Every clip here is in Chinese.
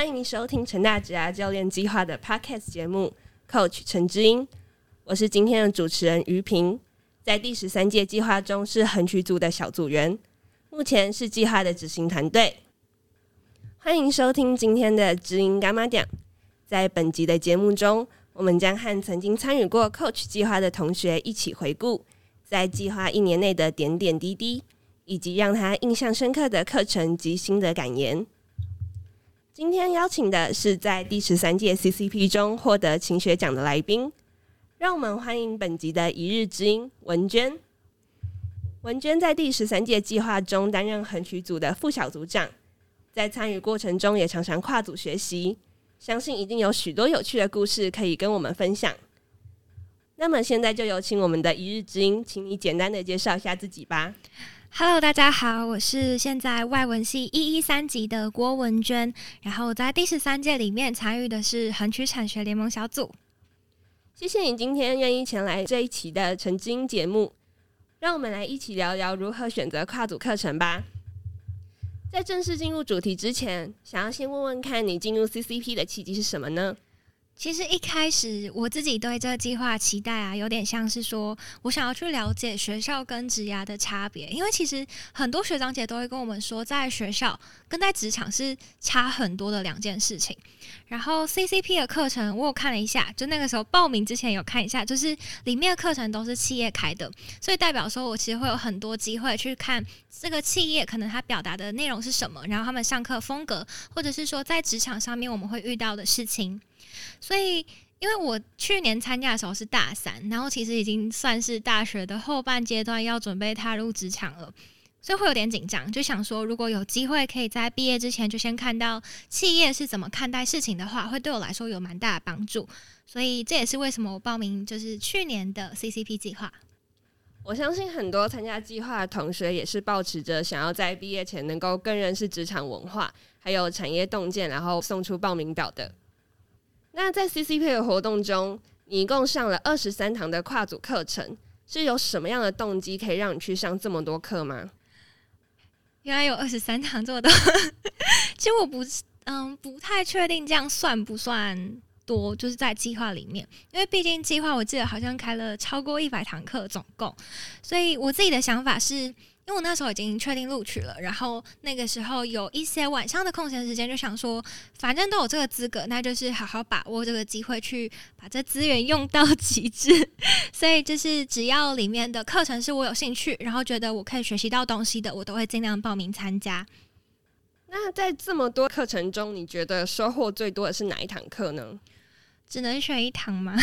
欢迎收听成大职涯教练计划的 Podcast 节目 Coach 陈之英，我是今天的主持人于平，在第13届计划中是横渠组的小组员，目前是计划的执行团队。欢迎收听今天的知音干妈点。在本集的节目中，我们将和曾经参与过 Coach 计划的同学一起回顾在计划1年内的点点滴滴，以及让他印象深刻的课程及心得感言。今天邀请的是在第13届 CCP 中获得勤学奖的来宾，让我们欢迎本集的一日知音文娟。文娟在第13届计划中担任横渠组的副小组长，在参与过程中也常常跨组学习，相信一定有许多有趣的故事可以跟我们分享。那么现在就有请我们的一日知音，请你简单的介绍一下自己吧。 Hello， 大家好，我是现在外文系113级的郭文娟，然后在第13届里面参与的是横渠产学联盟小组。 谢谢你今天愿意前来这一期的陈知音节目，让我们来一起聊聊如何选择跨组课程吧。在正式进入主题之前，想要先问问看你进入 CCP 的契机是什么呢？ 其实一开始我自己对这个计划期待啊，有点像是说我想要去了解学校跟职涯的差别，因为其实很多学长姐都会跟我们说，在学校跟在职场是差很多的两件事情。然后 CCP 的课程我有看了一下，就那个时候报名之前有看一下，就是里面的课程都是企业开的，所以代表说我其实会有很多机会去看这个企业可能它表达的内容是什么，然后他们上课风格，或者是说在职场上面我们会遇到的事情。所以因为我去年参加的时候是大3，然后其实已经算是大学的后半阶段，要准备踏入职场了，所以会有点紧张，就想说如果有机会可以在毕业之前就先看到企业是怎么看待事情的话，会对我来说有蛮大的帮助。所以这也是为什么我报名就是去年的 CCP 计划。 我相信很多参加计划的同学也是抱持着想要在毕业前能够更认识职场文化还有产业洞见，然后送出报名表的。那在 CCP 的活动中，你一共上了23堂的跨组课程，是有什么样的动机可以让你去上这么多课吗？ 原来有23堂这么多其实我不太确定这样算不算多，就是在计划里面，因为毕竟计划我记得好像开了超过100堂课总共，所以我自己的想法是，因为我那时候已经确定录取了，然后那个时候有一些晚上的空闲时间，就想说反正都有这个资格，那就是好好把握这个机会去把这资源用到极致所以就是只要里面的课程是我有兴趣，然后觉得我可以学习到东西的，我都会尽量报名参加。 那在这么多课程中，你觉得收获最多的是哪一堂课呢？ 只能选一堂吗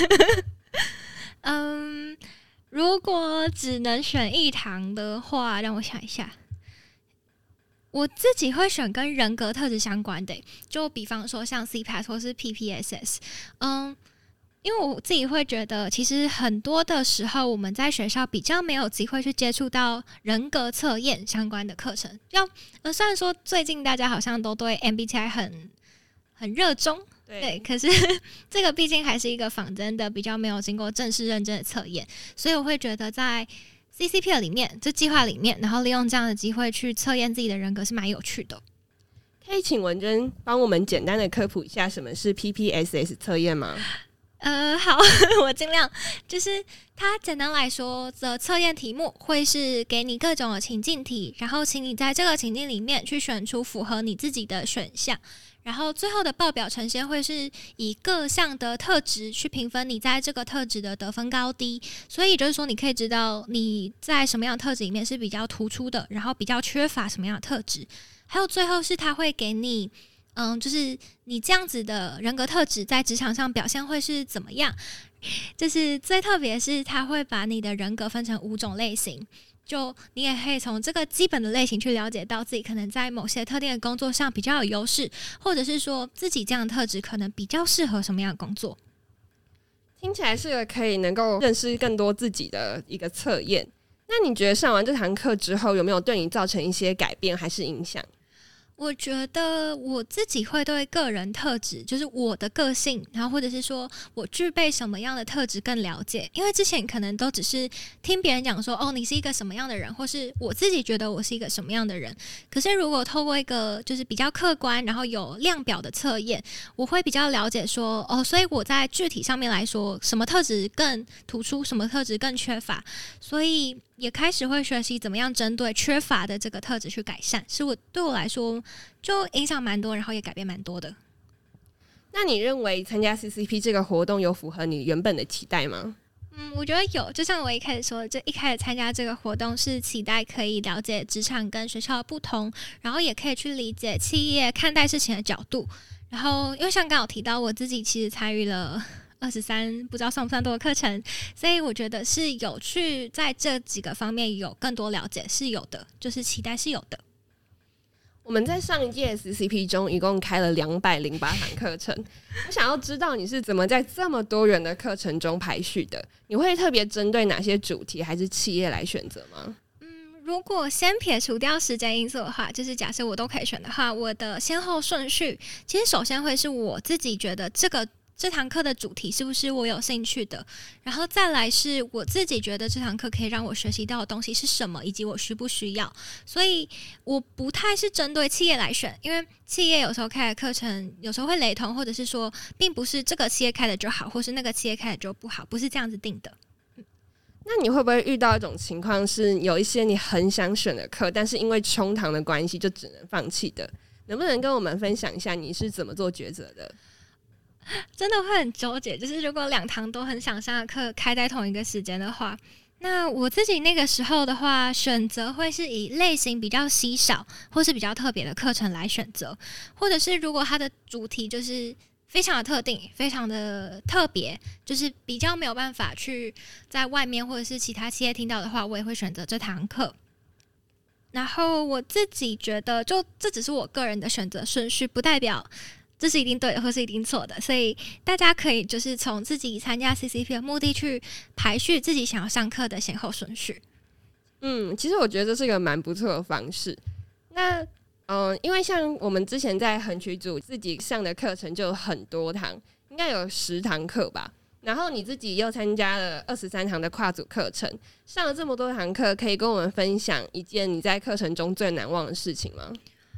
如果只能选一堂的话，让我想一下，我自己会选跟人格特质相关的，就比方说像 CPAS 或是 PPSS。因为我自己会觉得，其实很多的时候我们在学校比较没有机会去接触到人格测验相关的课程。虽然说最近大家好像都对 MBTI 很热衷，对，可是这个毕竟还是一个仿真的，比较没有经过正式认真的测验，所以我会觉得在 CCP 里面，这计划里面，然后利用这样的机会去测验自己的人格是蛮有趣的。 可以请文娟帮我们简单的科普一下什么是 PPSS 测验吗？ 好我尽量，就是它简单来说的测验题目会是给你各种的情境题，然后请你在这个情境里面去选出符合你自己的选项，然后最后的报表呈现会是以各项的特质去评分你在这个特质的得分高低，所以就是说你可以知道你在什么样的特质里面是比较突出的，然后比较缺乏什么样的特质，还有最后是它会给你就是你这样子的人格特质在职场上表现会是怎么样，就是最特别是它会把你的人格分成5种类型，就你也可以从这个基本的类型去了解到自己可能在某些特定的工作上比较有优势，或者是说自己这样的特质可能比较适合什么样的工作。 听起来是个可以能够认识更多自己的一个测验。那你觉得上完这堂课之后有没有对你造成一些改变还是影响？ 我觉得我自己会对个人特质，就是我的个性，然后或者是说我具备什么样的特质更了解。因为之前可能都只是听别人讲说，哦，你是一个什么样的人，或是我自己觉得我是一个什么样的人。可是如果透过一个就是比较客观，然后有量表的测验，我会比较了解说，哦，所以我在具体上面来说，什么特质更突出，什么特质更缺乏，所以也开始会学习怎么样针对缺乏的这个特质去改善，是对我来说就影响蛮多，然后也改变蛮多的。 那你认为参加 CCP 这个活动有符合你原本的期待吗？ 我觉得有，就像我一开始说的，就一开始参加这个活动是期待可以了解职场跟学校的不同，然后也可以去理解企业看待事情的角度。然后因为像刚刚有提到，我自己其实参与了23不知道算不算多的课程，所以我觉得是有去在这几个方面有更多了解，是有的，就是期待是有的。 我们在上一届 CCP 中一共开了208堂课程，我想要知道你是怎么在这么多元的课程中排序的？你会特别针对哪些主题还是企业来选择吗？ 如果先撇除掉时间因素的话，就是假设我都可以选的话，我的先后顺序其实首先会是我自己觉得这堂课的主题是不是我有兴趣的，然后再来是我自己觉得这堂课可以让我学习到的东西是什么，以及我需不需要。所以我不太是针对企业来选，因为企业有时候开的课程有时候会雷同，或者是说并不是这个企业开的就好，或是那个企业开的就不好，不是这样子定的。 那你会不会遇到一种情况是有一些你很想选的课，但是因为冲堂的关系就只能放弃的？能不能跟我们分享一下你是怎么做抉择的？ 真的会很纠结，就是如果2堂都很想上的课开在同一个时间的话，那我自己那个时候的话，选择会是以类型比较稀少或是比较特别的课程来选择，或者是如果它的主题就是非常的特定，非常的特别，就是比较没有办法去在外面或者是其他企业听到的话，我也会选择这堂课。然后我自己觉得，就这只是我个人的选择顺序，不代表这是一定对的或是一定错的，所以大家可以就是从自己参加 CCP 的目的去排序自己想要上课的先后顺序。 其实我觉得这是一个蛮不错的方式。那因为像我们之前在横渠组自己上的课程就有很多堂，应该有10堂课吧。然后你自己又参加了23堂的跨组课程，上了这么多堂课，可以跟我们分享一件你在课程中最难忘的事情吗？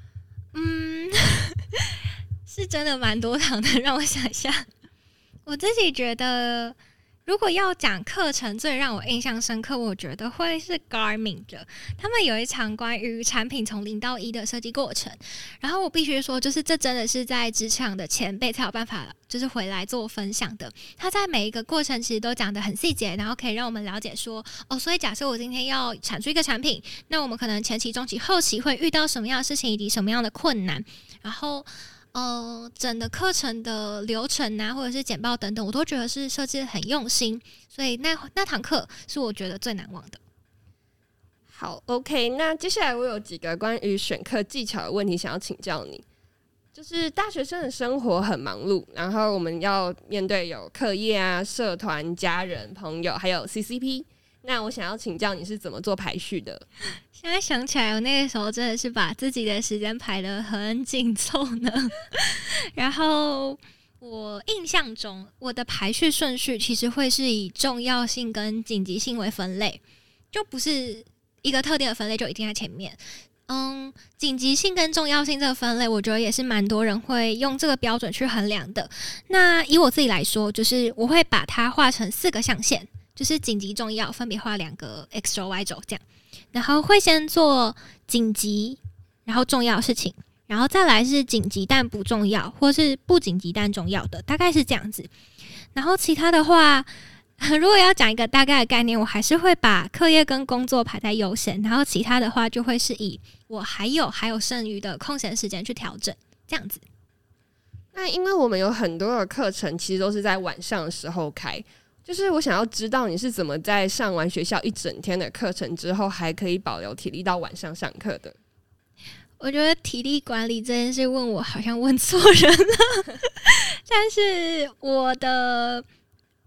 是真的蛮多堂的，让我想一下。我自己觉得如果要讲课程最让我印象深刻，我觉得会是 Garmin 的，他们有一场关于产品从0到1的设计过程。然后我必须说，就是这真的是在职场的前辈才有办法就是回来做分享的。他在每一个过程其实都讲得很细节，然后可以让我们了解说，所以假设我今天要产出一个产品，那我们可能前期、中期、后期会遇到什么样的事情，以及什么样的困难，然后整个课程的流程啊，或者是简报等等，我都觉得是设计得很用心，所以那堂课是我觉得最难忘的。 好 ，OK， 那接下来我有几个关于选课技巧的问题想要请教你。就是大学生的生活很忙碌，然后我们要面对有课业啊、社团、家人、朋友，还有 CCP。那我想要请教你是怎么做排序的？ 现在想起来，我那个时候真的是把自己的时间排得很紧凑呢。然后我印象中，我的排序顺序其实会是以重要性跟紧急性为分类，就不是一个特定的分类就一定在前面。紧急性跟重要性这个分类，我觉得也是蛮多人会用这个标准去衡量的。那以我自己来说，就是我会把它画成4个象限，就是紧急、重要，分别画2个 X 轴、Y 轴这样。然后会先做紧急，然后重要的事情，然后再来是紧急但不重要，或是不紧急但重要的，大概是这样子。然后其他的话，如果要讲一个大概的概念，我还是会把课业跟工作排在优先，然后其他的话就会是以我还有剩余的空闲时间去调整，这样子。 那因为我们有很多的课程其实都是在晚上的时候开，就是我想要知道你是怎么在上完学校一整天的课程之后，还可以保留体力到晚上上课的。 我觉得体力管理这件事问我好像问错人了，但是我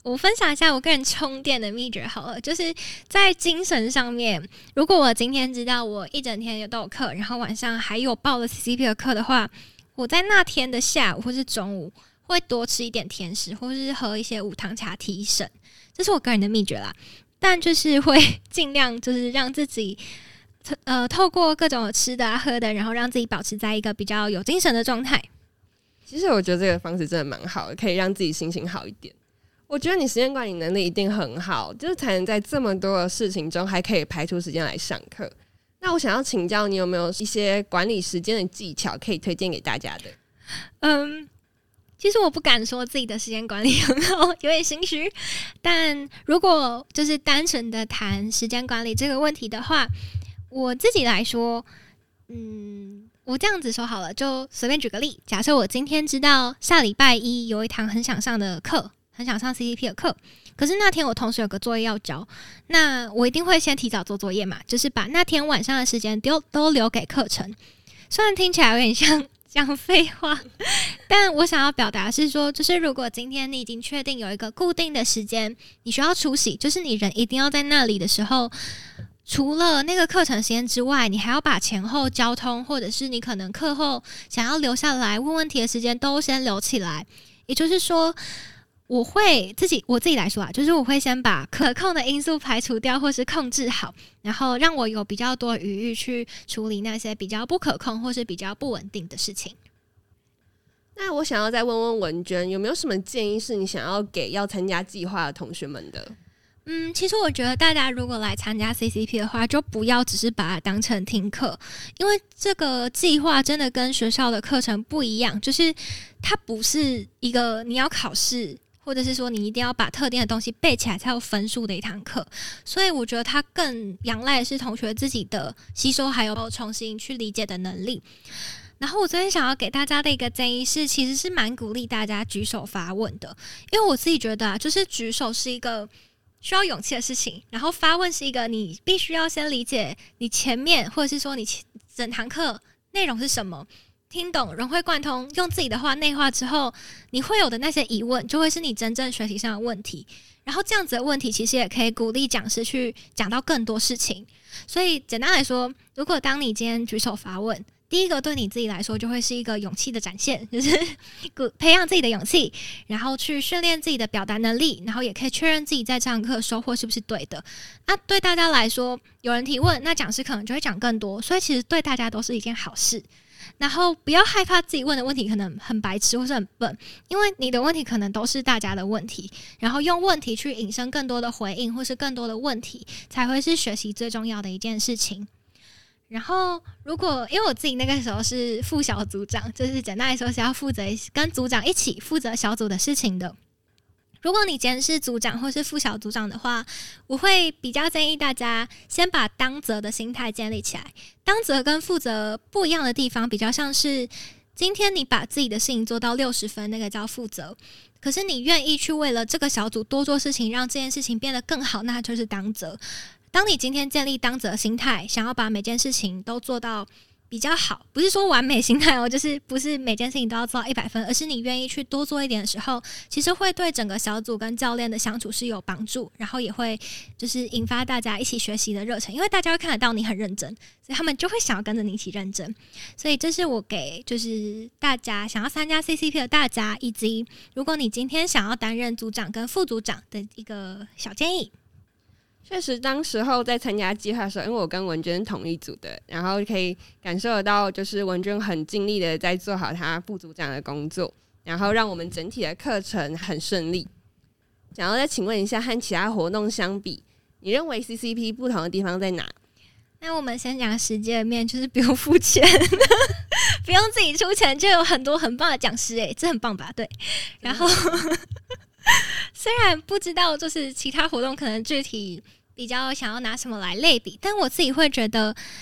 我分享一下我个人充电的秘诀好了，就是在精神上面，如果我今天知道我一整天都有课，然后晚上还有报了 CCP 的课的话，我在那天的下午或是中午会多吃一点甜食，或是喝一些无糖茶提神，这是我个人的秘诀啦。但就是会尽量就是让自己透过各种吃的喝的，然后让自己保持在一个比较有精神的状态。 其实我觉得这个方式真的蛮好的，可以让自己心情好一点。我觉得你时间管理能力一定很好，就是才能在这么多的事情中还可以排出时间来上课。那我想要请教你有没有一些管理时间的技巧可以推荐给大家的？ 其实我不敢说自己的时间管理很好，有点心虚。但如果就是单纯的谈时间管理这个问题的话，我自己来说，我这样子说好了，就随便举个例。假设我今天知道下礼拜一有一堂很想上的课，很想上 CCP 的课，可是那天我同时有个作业要交，那我一定会先提早做作业嘛，就是把那天晚上的时间都留给课程。虽然听起来有点像讲废话，但我想要表达是说，就是如果今天你已经确定有一个固定的时间你需要出席，就是你人一定要在那里的时候，除了那个课程时间之外，你还要把前后交通，或者是你可能课后想要留下来问问题的时间都先留起来。也就是说，我自己来说啊，就是我会先把可控的因素排除掉，或是控制好，然后让我有比较多余裕去处理那些比较不可控或是比较不稳定的事情。 那我想要再问问文娟，有没有什么建议是你想要给要参加计划的同学们的？ 其实我觉得大家如果来参加 CCP 的话，就不要只是把它当成听课，因为这个计划真的跟学校的课程不一样，就是它不是一个你要考试，或者是说你一定要把特定的东西背起来才有分数的一堂课，所以我觉得它更仰赖的是同学自己的吸收，还有重新去理解的能力。然后我昨天想要给大家的一个建议是，其实是蛮鼓励大家举手发问的，因为我自己觉得就是举手是一个需要勇气的事情，然后发问是一个你必须要先理解你前面，或者是说你整堂课内容是什么，听懂融会贯通，用自己的话内化之后，你会有的那些疑问就会是你真正学习上的问题，然后这样子的问题其实也可以鼓励讲师去讲到更多事情。所以简单来说，如果当你今天举手发问，第一个对你自己来说就会是一个勇气的展现，就是培养自己的勇气，然后去训练自己的表达能力，然后也可以确认自己在这堂课收获是不是对的。那对大家来说，有人提问，那讲师可能就会讲更多，所以其实对大家都是一件好事。然后不要害怕自己问的问题可能很白痴或是很笨，因为你的问题可能都是大家的问题，然后用问题去引申更多的回应或是更多的问题，才会是学习最重要的一件事情。然后因为我自己那个时候是副小组长，就是简单来说是要负责跟组长一起负责小组的事情的。如果你今天是组长或是副小组长的话，我会比较建议大家先把当责的心态建立起来。当责跟负责不一样的地方，比较像是今天你把自己的事情做到60分，那个叫负责，可是你愿意去为了这个小组多做事情，让这件事情变得更好，那就是当责。当你今天建立当责的心态，想要把每件事情都做到比较好，不是说完美心态哦，就是不是每件事情都要做到100分，而是你愿意去多做一点的时候，其实会对整个小组跟教练的相处是有帮助，然后也会就是引发大家一起学习的热忱，因为大家会看得到你很认真，所以他们就会想要跟着你一起认真。所以这是我给就是大家想要参加 CCP 的大家，以及如果你今天想要担任组长跟副组长的一个小建议。 确实当时候在参加计划的时候，因为我跟文娟同一组的，然后可以感受得到就是文娟很尽力的在做好她副组长的工作，然后让我们整体的课程很顺利。想要再请问一下，和其他活动相比，你认为 CCP 不同的地方在哪？ 那我们先讲实际的面，就是不用付钱不用自己出钱，就有很多很棒的讲师，这很棒吧？对，然后虽然不知道就是其他活动可能具体比较想要拿什么来类比，但我自己会觉得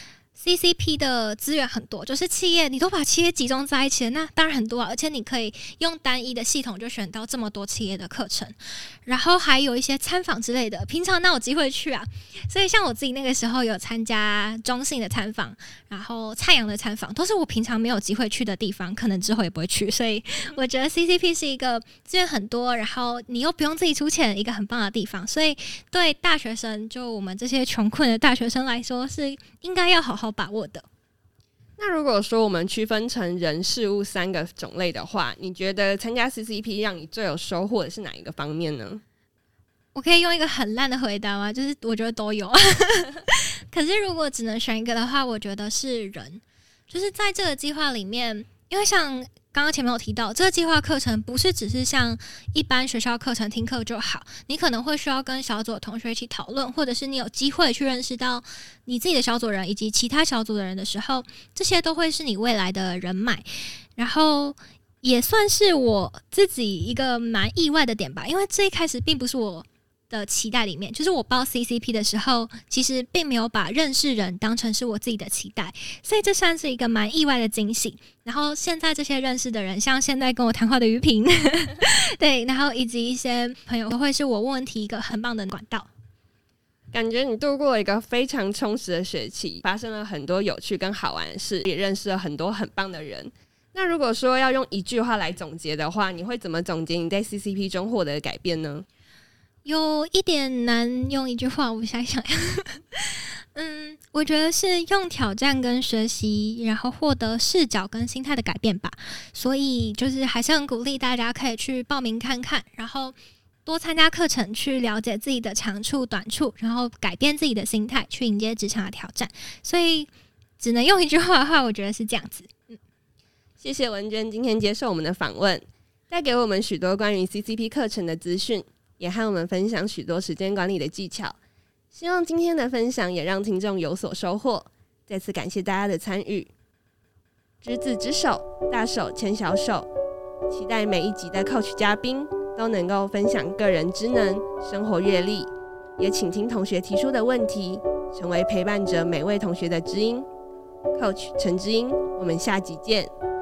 CCP 的资源很多，就是企业你都把企业集中在一起了，那当然很多啊，而且你可以用单一的系统就选到这么多企业的课程，然后还有一些参访之类的，平常哪有机会去啊？所以像我自己那个时候有参加中信的参访，然后蔡阳的参访，都是我平常没有机会去的地方，可能之后也不会去，所以我觉得 CCP 是一个资源很多，然后你又不用自己出钱，一个很棒的地方，所以对大学生，就我们这些穷困的大学生来说，是应该要好好把握的。 那如果说我们区分成人事物3个种类的话，你觉得参加 CCP 让你最有收获的是哪一个方面呢？ 我可以用一个很烂的回答吗？就是我觉得都有可是如果只能选一个的话，我觉得是人。就是在这个计划里面，因为像刚刚前面有提到，这个计划课程不是只是像一般学校课程听课就好，你可能会需要跟小组的同学一起讨论，或者是你有机会去认识到你自己的小组人以及其他小组的人的时候，这些都会是你未来的人脉。然后也算是我自己一个蛮意外的点吧，因为这一开始并不是我的期待里面，就是我报 CCP 的时候，其实并没有把认识人当成是我自己的期待，所以这算是一个蛮意外的惊喜。然后现在这些认识的人，像现在跟我谈话的于平对，然后以及一些朋友，都会是我问问题一个很棒的管道。 感觉你度过了一个非常充实的学期，发生了很多有趣跟好玩的事，也认识了很多很棒的人。那如果说要用一句话来总结的话，你会怎么总结你在 CCP 中获得的改变呢？ 有一点难用一句话，我想想我觉得是用挑战跟学习，然后获得视角跟心态的改变吧。所以就是还是很鼓励大家可以去报名看看，然后多参加课程，去了解自己的长处短处，然后改变自己的心态，去迎接职场的挑战。所以只能用一句话的话，我觉得是这样子。 谢谢文娟今天接受我们的访问，带给我们许多关于 CCP 课程的资讯，也和我们分享许多时间管理的技巧。希望今天的分享也让听众有所收获。再次感谢大家的参与，执子之手，大手牵小手。期待每一集的 Coach 嘉宾都能够分享个人知能、生活阅历，也倾听同学提出的问题，成为陪伴着每位同学的知音。Coach 陈知音，我们下集见。